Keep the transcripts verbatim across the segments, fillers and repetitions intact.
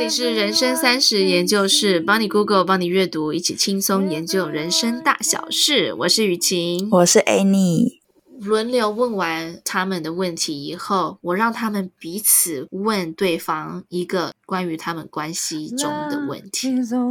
里是人生三十研究室，帮你 Google 帮你阅读，一起轻松研究人生大小事。我是雨晴， 我是 Annie。 轮流问完他们的问题以后，我让他们彼此问对方一个关于他们关系中的问题。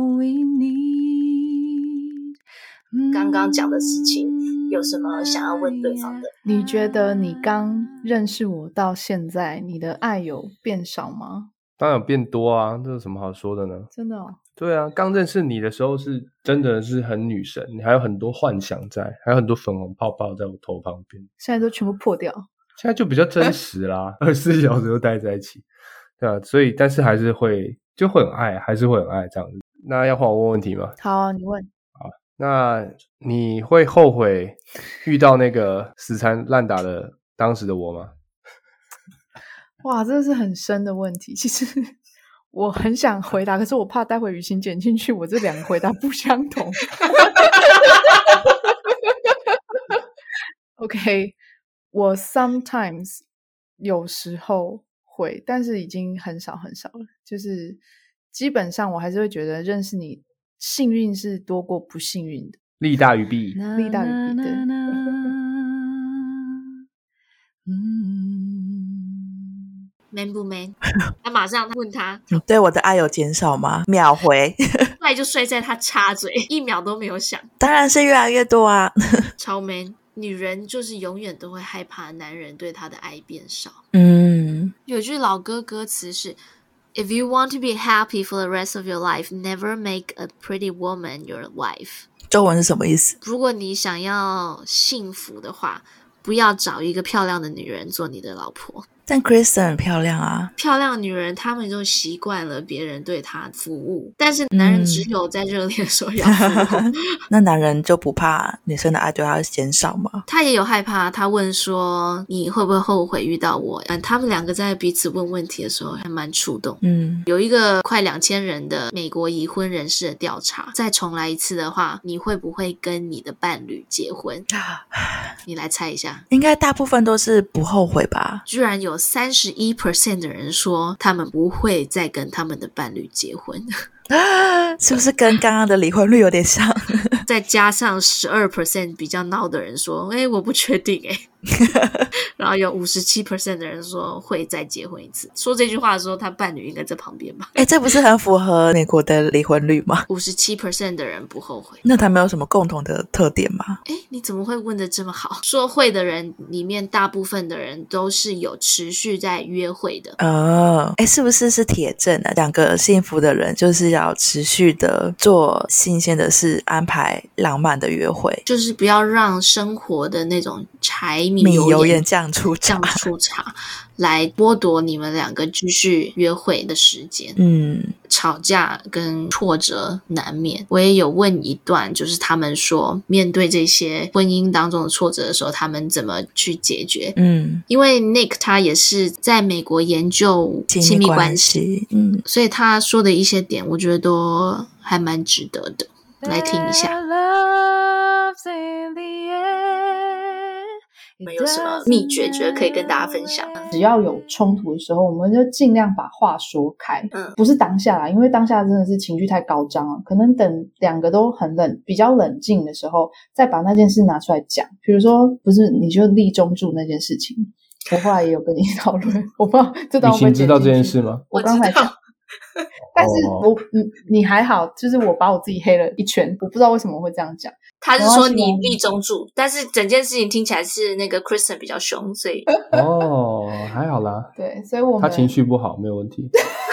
刚刚讲的事情有什么想要问对方的？ 你觉得你刚认识我到现在，你的爱有变少吗？ 当然有变多啊，这有什么好说的呢？ 真的哦？ 对啊，刚认识你的时候是真的是很女神，你还有很多幻想在，还有很多粉红泡泡在我头旁边， 现在都全部破掉， 现在就比较真实啦二十四小时都待在一起，对啊，所以但是还是会就会很爱，还是会很爱这样子。那要换我问问题吗？ 好啊，你问。 好，那你会后悔遇到那个死缠烂打的当时的我吗？ 哇，这是很深的问题，其实我很想回答，可是我怕待会雨晴剪进去我这两个回答不相同OK， 我 sometimes 有时候会，但是已经很少很少了，就是基本上我还是会觉得认识你幸运是多过不幸运的， 利大于弊， 利大于弊，对 man 不 man 他马上问他你对我的爱有减少吗？秒回帅就睡在他插嘴，一秒都没有想， 当然是越来越多啊超 man。 女人就是永远都会害怕男人对她的爱变少。 嗯， 有句老歌歌词是 If you want to be happy for the rest of your life, never make a pretty woman your wife。 中文是什么意思？ 如果你想要幸福的话，不要找一个漂亮的女人做你的老婆。 但 Kristen 很漂亮啊， 漂亮的女人她们就习惯了别人对她服务，但是男人只有在热恋的时候要服务、嗯、 那男人就不怕女生的爱对他减少吗？ 他也有害怕，他问说你会不会后悔遇到我、嗯、他们两个在彼此问问题的时候还蛮触动。 嗯， 有一个快两千人的美国已婚人士的调查，再重来一次的话，你会不会跟你的伴侣结婚？你来猜一下。 应该大部分都是不后悔吧。 居然有 百分之三十一 的人说他们不会再跟他们的伴侣结婚是不是跟刚刚的离婚率有点像再加上 百分之十二 比较孬的人说诶我不确定诶然后有 百分之五十七 的人说会再结婚一次。说这句话的时候他伴侣应该在旁边吧。 诶这不是很符合美国的离婚率吗？ 百分之五十七 的人不后悔。 那他们有什么共同的特点吗？ 诶你怎么会问得这么好？说会的人里面大部分的人都是有持续在约会的。 哦，诶是不是是铁证啊？两个幸福的人就是要持续的做新鲜的事，安排浪漫的约会， 就是不要让生活的那种柴米米油盐盐酱醋茶酱醋茶来剥夺你们两个继续约会的时间。 嗯， 吵架跟挫折难免。我也有问一段，就是他们说面对这些婚姻当中的挫折的时候他们怎么去解决。 嗯， 因为 Nick 他也是在美国研究亲密关系， 嗯， 所以他说的一些点我觉得都还蛮值得的，来听一下。你们有什么秘诀觉得可以跟大家分享？ 只要有冲突的时候我们就尽量把话说开， 嗯， 不是当下啦，因为当下真的是情绪太高涨了，可能等两个都很冷比较冷静的时候再把那件事拿出来讲。比如说不是你就立中柱那件事情，我后来也有跟你讨论我不知道这段会不会你知道这件事吗？ 我刚才讲但是我、哦、你你还好，就是我把我自己黑了一圈，我不知道为什么会这样讲。 他是说你立中柱，但是整件事情听起来是那个 Kristen 比较凶，所以哦还好啦。 对，所以我们他情绪不好没有问题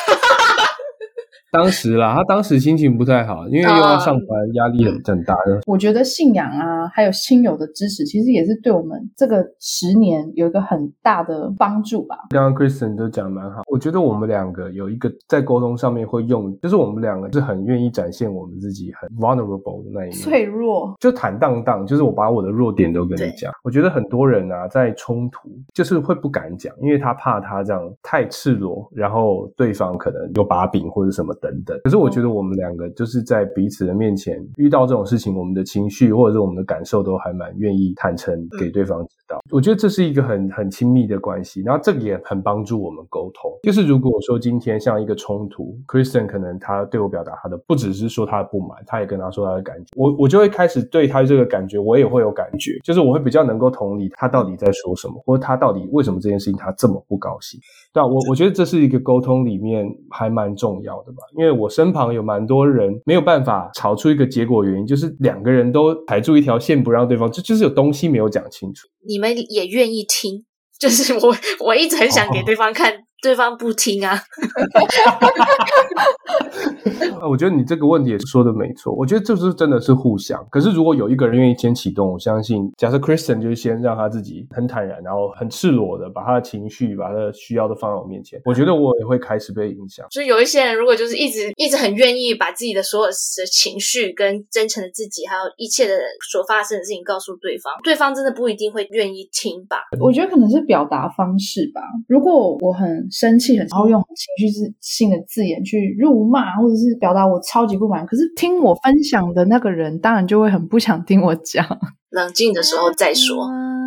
当时啦，他当时心情不太好，因为又要上班，压力很很大的。 我觉得信仰啊，还有亲友的支持，其实也是对我们这个十年有一个很大的帮助吧。 刚刚 Kristen 就讲蛮好，我觉得我们两个有一个在沟通上面会用，就是我们两个是很愿意展现我们自己很 vulnerable 的那一面， 脆弱， 就坦荡荡，就是我把我的弱点都跟你讲。我觉得很多人啊，在冲突就是会不敢讲，因为他怕他这样太赤裸，然后对方可能有把柄或者什么等等。可是我觉得我们两个就是在彼此的面前遇到这种事情，我们的情绪或者是我们的感受都还蛮愿意坦诚给对方知道、嗯、我觉得这是一个很很亲密的关系，然后这个也很帮助我们沟通。就是如果说今天像一个冲突， Kristen 可能他对我表达他的不只是说他的不满，他也跟他说他的感觉，我我就会开始对他这个感觉我也会有感觉，就是我会比较能够同理他到底在说什么，或者他到底为什么这件事情他这么不高兴。对啊，我我觉得这是一个沟通里面还蛮重要的吧，因为我身旁有蛮多人没有办法吵出一个结果，原因就是两个人都踩住一条线不让对方，就就是有东西没有讲清楚。 你们也愿意听，就是我我一直很想给对方看、哦、对方不听啊。 我觉得你这个问题也说的没错，我觉得这是真的是互相。可是如果有一个人愿意先启动，我相信假设 Kristen 就是先让他自己很坦然，然后很赤裸的把他的情绪把他的需要都放在我面前，我觉得我也会开始被影响。 就有一些人如果就是一直一直很愿意把自己的所有的情绪跟真诚的自己还有一切的所发生的事情告诉对方，对方真的不一定会愿意听吧。 我觉得可能是表达方式吧，如果我很生气很然后用情绪性的字眼去辱骂或者是表达我超级不满，可是听我分享的那个人当然就会很不想听我讲。 冷静的时候再说。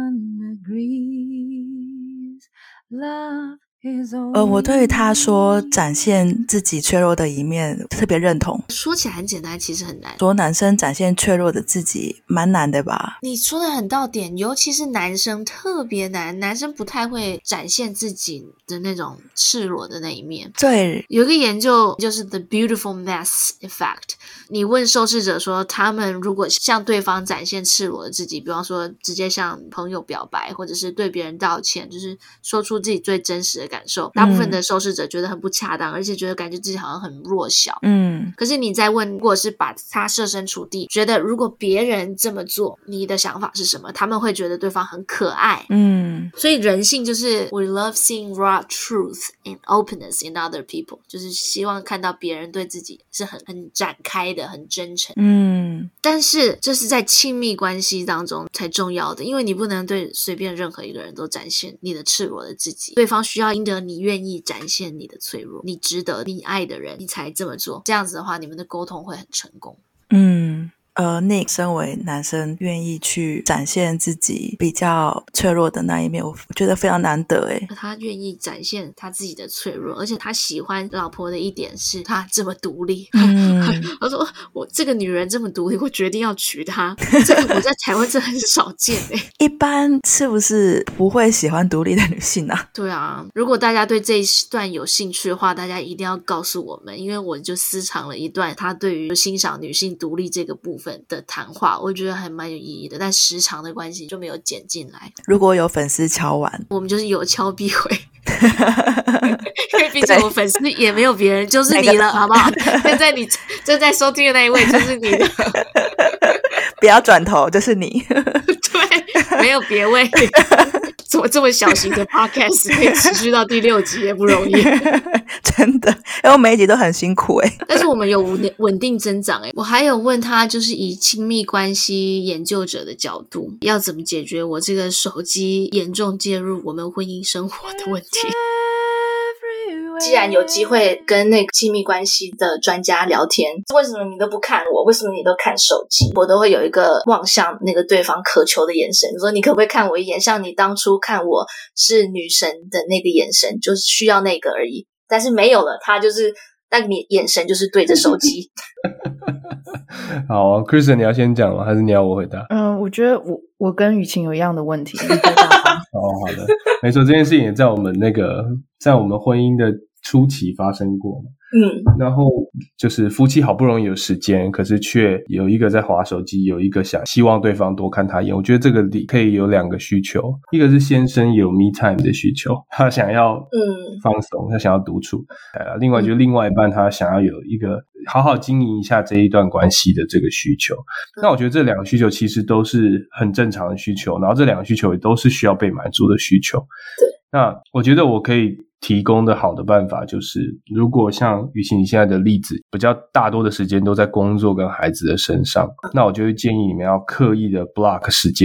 呃，我对于他说展现自己脆弱的一面特别认同。 说起来很简单，其实很难。 说男生展现脆弱的自己蛮难的吧？ 你说的很到点，尤其是男生特别难，男生不太会展现自己的那种赤裸的那一面。 对， 有一个研究就是 The Beautiful Mess Effect， 你问受试者说他们如果向对方展现赤裸的自己，比方说直接向朋友表白，或者是对别人道歉，就是说出自己最真实的感受，大部分的受试者觉得很不恰当、嗯、而且觉得感觉自己好像很弱小。嗯，可是你再问，如果是把他设身处地，觉得如果别人这么做，你的想法是什么？他们会觉得对方很可爱。嗯，所以人性就是 We love seeing raw truth and openness in other people， 就是希望看到别人对自己是很很展开的，很真诚。嗯，但是这是在亲密关系当中才重要的，因为你不能对随便任何一个人都展现你的赤裸的自己，对方需要赢得你愿意展现你的脆弱，你值得你爱的人，你才这么做。这样子的话，你们的沟通会很成功。 嗯，呃 Nick 身为男生愿意去展现自己比较脆弱的那一面，我觉得非常难得耶。 他愿意展现他自己的脆弱，而且他喜欢老婆的一点是他这么独立。嗯，他说我这个女人这么独立，我决定要娶她。这个我在台湾真的很少见耶。 一般是不是不会喜欢独立的女性啊？ 对啊，如果大家对这一段有兴趣的话，大家一定要告诉我们，因为我就私藏了一段他对于欣赏女性独立这个部分的谈话，我觉得还蛮有意义的，但时长的关系就没有剪进来。 如果有粉丝敲完， 我们就是有敲必回。因为毕竟我粉丝也没有别人，就是你了，好不好？现在你正在收听的那一位就是你了。 不要转头，就是你。 对，没有别位。怎么这么小型的 podcast 可以持续到第六集也不容易。 真的，因为每一集都很辛苦耶。 但是我们有稳定增长耶。我还有问他，就是以亲密关系研究者的角度，要怎么解决我这个手机严重介入我们婚姻生活的问题。既然有机会跟那个亲密关系的专家聊天，为什么你都不看我？为什么你都看手机？我都会有一个望向那个对方渴求的眼神，说你可不可以看我一眼，像你当初看我是女神的那个眼神，就是需要那个而已。但是没有了，他就是那个眼神就是对着手机。 好啊 Kristen 你要先讲吗？还是你要我回答？ 嗯，我觉得我我跟雨晴有一样的问题。哦， 好的，没错，这件事情也在我们那个在我们婚姻的初期发生过嘛。嗯，然后就是夫妻好不容易有时间，可是却有一个在滑手机，有一个想希望对方多看他一眼。我觉得这个里可以有两个需求，一个是先生有 me time 的需求，他想要嗯放松，他想要独处，呃，另外就是另外一半他想要有一个好好经营一下这一段关系的这个需求。那我觉得这两个需求其实都是很正常的需求，然后这两个需求也都是需要被满足的需求。对，那我觉得我可以提供的好的办法就是，如果像雨晴你现在的例子比较大多的时间都在工作跟孩子的身上，那我就会建议你们要刻意的 block 时间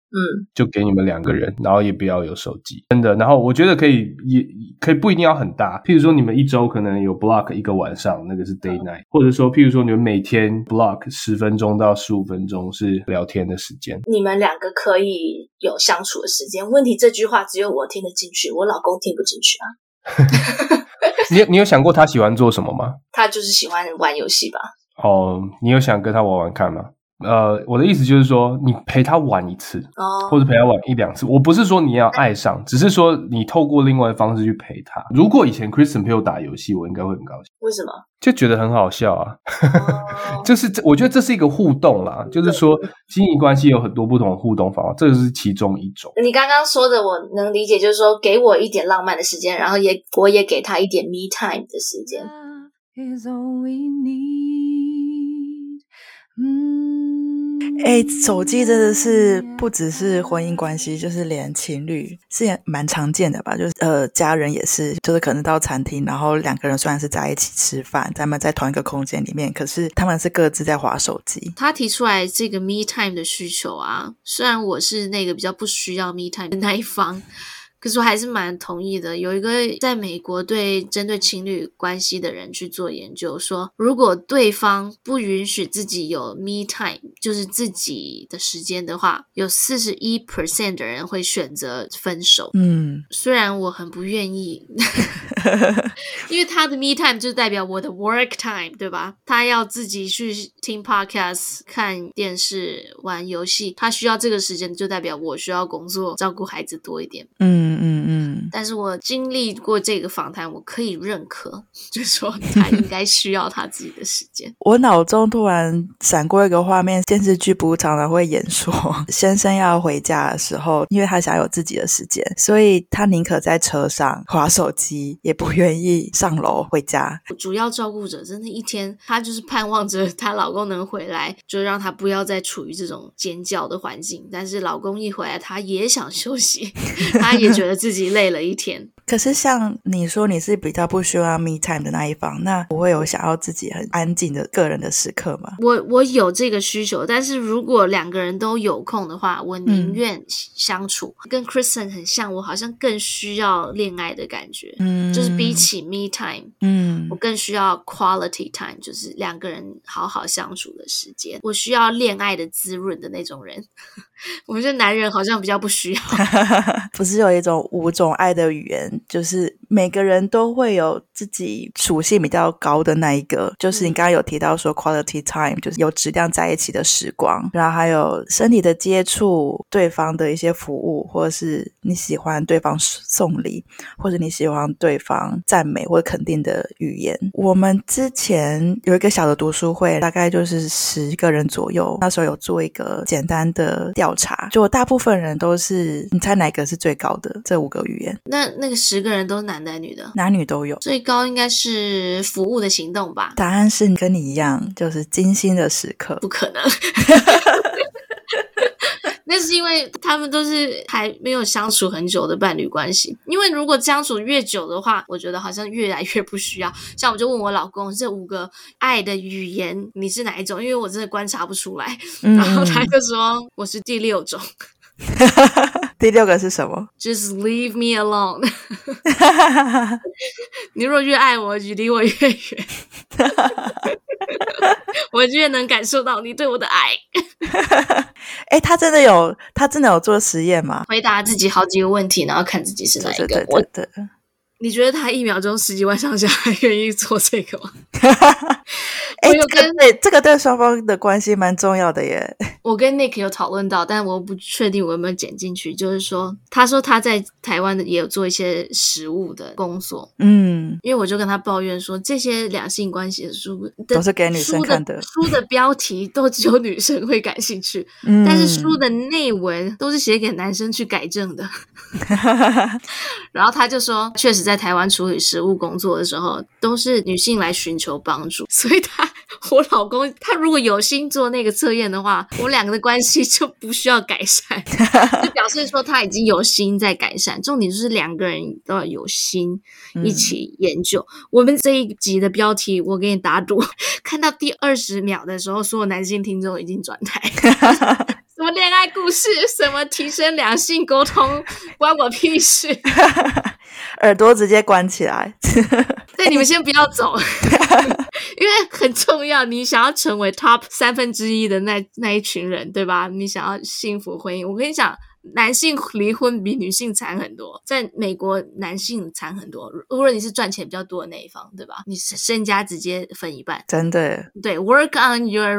嗯， 就给你们两个人，然后也不要有手机，真的。然后我觉得可以，也可以不一定要很大，譬如说你们一周可能有 block 一个晚上，那个是 day night，、嗯、或者说譬如说你们每天 block 十分钟到十五分钟是聊天的时间， 你们两个可以有相处的时间。问题这句话只有我听得进去，我老公听不进去啊。 你你有想过他喜欢做什么吗？ 他就是喜欢玩游戏吧。 哦，你有想跟他玩玩看吗？呃，我的意思就是说，你陪他玩一次，哦，或者陪他玩一两次。我不是说你要爱上，只是说你透过另外的方式去陪他。如果以前 Kristen 陪我打游戏，我应该会很高兴。 为什么？ 就觉得很好笑啊。哦、就是我觉得这是一个互动啦，就是说经营关系有很多不同的互动方法，这个是其中一种。 你刚刚说的我能理解，就是说给我一点浪漫的时间，然后也我也给他一点 me time 的时间。Is all we need. 嗯，哎，手机真的是不只是婚姻关系，就是连情侣是也蛮常见的吧？就是呃，家人也是，就是可能到餐厅，然后两个人虽然是在一起吃饭，他们在同一个空间里面，可是他们是各自在滑手机。 他提出来这个 me time 的需求啊，虽然我是那个比较不需要 me time 的那一方。可是我还是蛮同意的，有一个在美国对针对情侣关系的人去做研究说，如果对方不允许自己有 me time 就是自己的时间的话，有 百分之四十一 的人会选择分手。嗯，虽然我很不愿意因为他的 me time 就代表我的 work time 对吧，他要自己去听 podcast 看电视玩游戏，他需要这个时间，就代表我需要工作照顾孩子多一点。嗯嗯嗯嗯，但是我经历过这个访谈，我可以认可，就是说他应该需要他自己的时间。 我脑中突然闪过一个画面，电视剧不常常会演说，先生要回家的时候，因为他想有自己的时间，所以他宁可在车上滑手机，也不愿意上楼回家。 主要照顾者真的一天，她就是盼望着她老公能回来，就让她不要再处于这种尖叫的环境。但是老公一回来，她也想休息，她也觉得自己累了一天。 可是像你说你是比较不需要 me time 的那一方，那不会有想要自己很安静的个人的时刻吗？ 我我有这个需求，但是如果两个人都有空的话，我宁愿相处、嗯、跟 Kristen 很像，我好像更需要恋爱的感觉，嗯，就是比起 me time 嗯，我更需要 quality time， 就是两个人好好相处的时间，我需要恋爱的滋润的那种人我们这男人好像比较不需要不是有一种五种爱的语言，就是每个人都会有自己属性比较高的那一个，就是你刚刚有提到说 quality time 就是有质量在一起的时光，然后还有身体的接触，对方的一些服务，或者是你喜欢对方送礼，或者你喜欢对方赞美或者肯定的语言。我们之前有一个小的读书会，大概就是十个人左右，那时候有做一个简单的调查，就大部分人都是，你猜哪个是最高的这五个语言？ 那那个十个人都是男的女的？ 男女都有。 最高应该是服务的行动吧？ 答案是跟你一样，就是精心的时刻。 不可能那是因为他们都是还没有相处很久的伴侣关系，因为如果相处越久的话，我觉得好像越来越不需要。像我就问我老公，这五个爱的语言你是哪一种？因为我真的观察不出来、嗯、然后他就说我是第六种第六个是什么？ Just leave me alone 你若越爱我就离我越远我越能感受到你对我的爱诶他真的有他真的有做实验吗？ 回答自己好几个问题，然后看自己是哪一个。 对对对对对。 你觉得他一秒钟十几万上下还愿意做这个吗？ 哎、欸，这个对这个对双方的关系蛮重要的耶。 我跟 Nick 有讨论到，但我不确定我有没有剪进去。就是说，他说他在台湾的也有做一些实务的工作，嗯，因为我就跟他抱怨说，这些两性关系的书都是给女生看的， 书的, 书的标题都只有女生会感兴趣，嗯、但是书的内文都是写给男生去改正的。然后他就说，确实在台湾处理实务工作的时候，都是女性来寻求帮助，所以他我老公他如果有心做那个测验的话，我两个的关系就不需要改善，就表示说他已经有心在改善。重点就是两个人都要有心一起研究、嗯、我们这一集的标题我给你打赌，看到第二十秒的时候，所有男性听众已经转台什么恋爱故不是什么提升两性沟通，关我屁事。 耳朵直接关起来。 对，你们先不要走，因为很重要。你想要成为 top 三分之一的那那一群人，对吧？你想要幸福婚姻，我跟你讲，男性离婚比女性惨很多。在美国，男性惨很多。如果你是赚钱比较多的那一方，对吧？你身家直接分一半， 真的。 对 ，work on your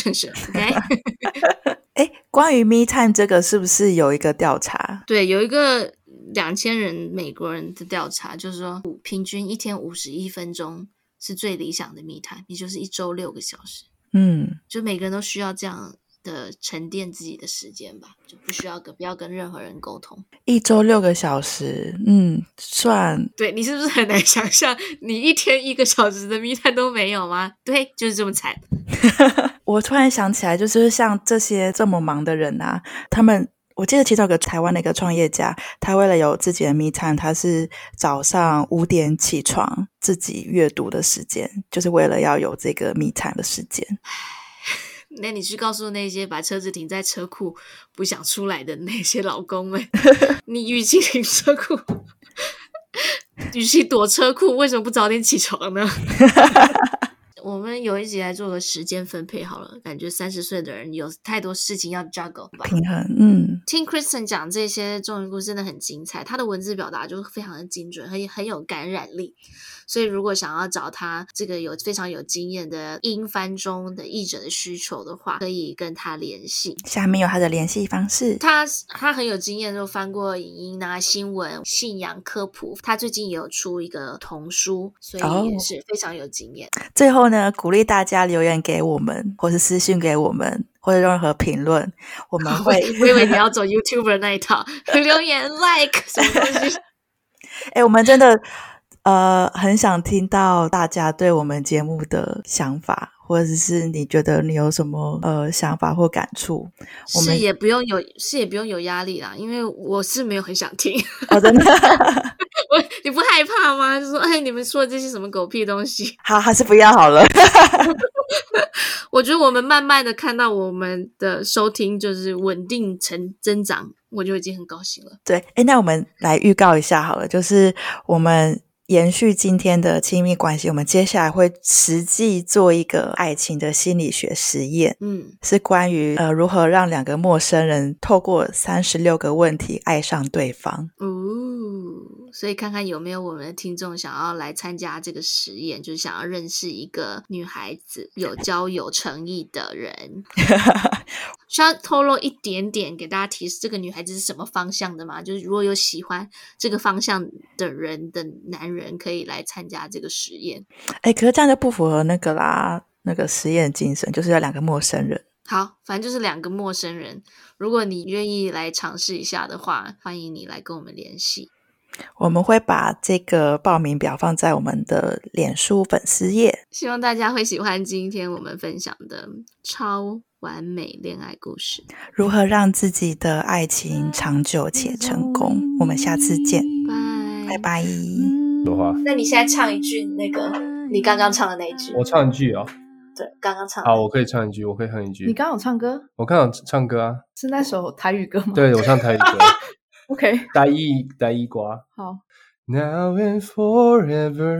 relationship，OK？、Okay? 哎，关于 me time 这个是不是有一个调查？ 对，有一个两千人美国人的调查，就是说平均一天五十一分钟是最理想的 me time， 也就是一周六个小时。 嗯， 就每个人都需要这样的沉淀自己的时间吧，就不需要跟不要跟任何人沟通。 一周六个小时，嗯，算。 对，你是不是很难想象，你一天一个小时的 me time 都没有吗？对，就是这么惨。 我突然想起来，就是像这些这么忙的人啊，他们我记得其中有个台湾的一个创业家，他为了有自己的 me time， 他是早上五点起床自己阅读的时间，就是为了要有这个 me time 的时间。 那你去告诉那些把车子停在车库不想出来的那些老公们，你与其停车库，与其躲车库，为什么不早点起床呢？我们有一集来做个时间分配好了，感觉三十岁的人有太多事情要 juggle 吧。 平衡，嗯。 听 Kristen 讲这些中文故事真的很精彩，他的文字表达就非常的精准，很很有感染力。所以如果想要找他这个有非常有经验的英翻中的译者的需求的话，可以跟他联系。 下面有他的联系方式。 他他很有经验，就翻过影音啊、新闻、信仰科普。他最近也有出一个童书，所以也是非常有经验。 Oh. 最后呢，鼓励大家留言给我们，或是私讯给我们，或者任何评论，我们会。 我以为你要走 YouTuber 那一套，留言 like 什么东西。 欸，我们真的呃很想听到大家对我们节目的想法，或者是你觉得你有什么呃想法或感触。我们是也不用有是也不用有压力啦，因为我是没有很想听。 哦，真的。 我你不害怕吗？就说哎，你们说的这些什么狗屁东西， 好，还是不要好了。 我觉得我们慢慢的看到我们的收听就是稳定成增长，我就已经很高兴了。 对，诶，那我们来预告一下好了，就是我们延续今天的亲密关系，我们接下来会实际做一个爱情的心理学实验， 嗯， 是关于呃如何让两个陌生人透过三十六个问题爱上对方。 哦，所以看看有没有我们的听众想要来参加这个实验，就是想要认识一个女孩子有交有诚意的人。需要透露一点点给大家提示这个女孩子是什么方向的吗？就是如果有喜欢这个方向的人的男人可以来参加这个实验。 诶，可是这样就不符合那个啦，那个实验精神，就是要两个陌生人。 好，反正就是两个陌生人，如果你愿意来尝试一下的话，欢迎你来跟我们联系。 我们会把这个报名表放在我们的脸书粉丝页， 希望大家会喜欢今天我们分享的超完美恋爱故事， 如何让自己的爱情长久且成功。我们下次见， 拜拜拜。 说话， 那你现在唱一句那个你刚刚唱的那一句。 我唱一句哦。 对，刚刚唱的。 好，我可以唱一句，我可以哼一句。 你刚刚有唱歌？ 我刚刚有唱歌啊。 是那首台语歌吗？ 对，我唱台语歌。 OK， 台语台语歌。 好。 Now and forever,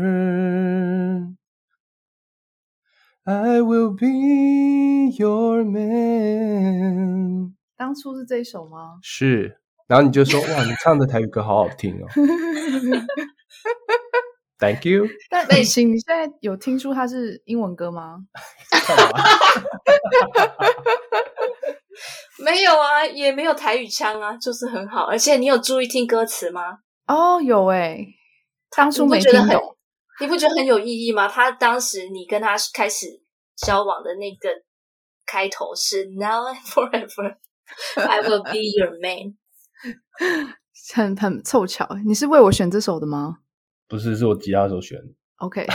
I will be your man。 当初是这一首吗？ 是，然后你就说哇，你唱的台语歌好好听哦。Thank you。 但李晴，你现在有听出它是英文歌吗？ 干嘛？ 没有啊，也没有台语腔啊，就是很好。而且你有注意听歌词吗？ 哦，有诶，当初没听懂。 你不觉得很有意义吗？他当时你跟他开始交往的那个开头是 Now and forever I will be your man。 很很凑巧。你是为我选这首的吗？ 不是，是我吉他手选的。 OK。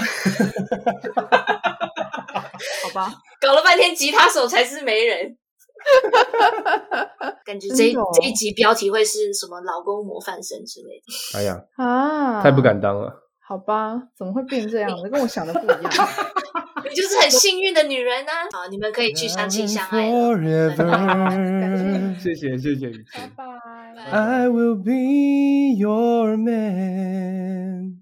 好吧， 搞了半天吉他手才是媒人。感觉这一、哦、这一集标题会是什么老公模范生之类的。 哎呀啊， 太不敢当了。 好吧，怎么会变这样的？跟我想的不一样。 你就是很幸运的女人啊！好，你们可以去相亲相爱了。 谢谢谢谢雨晴。 拜拜。 I will be your man.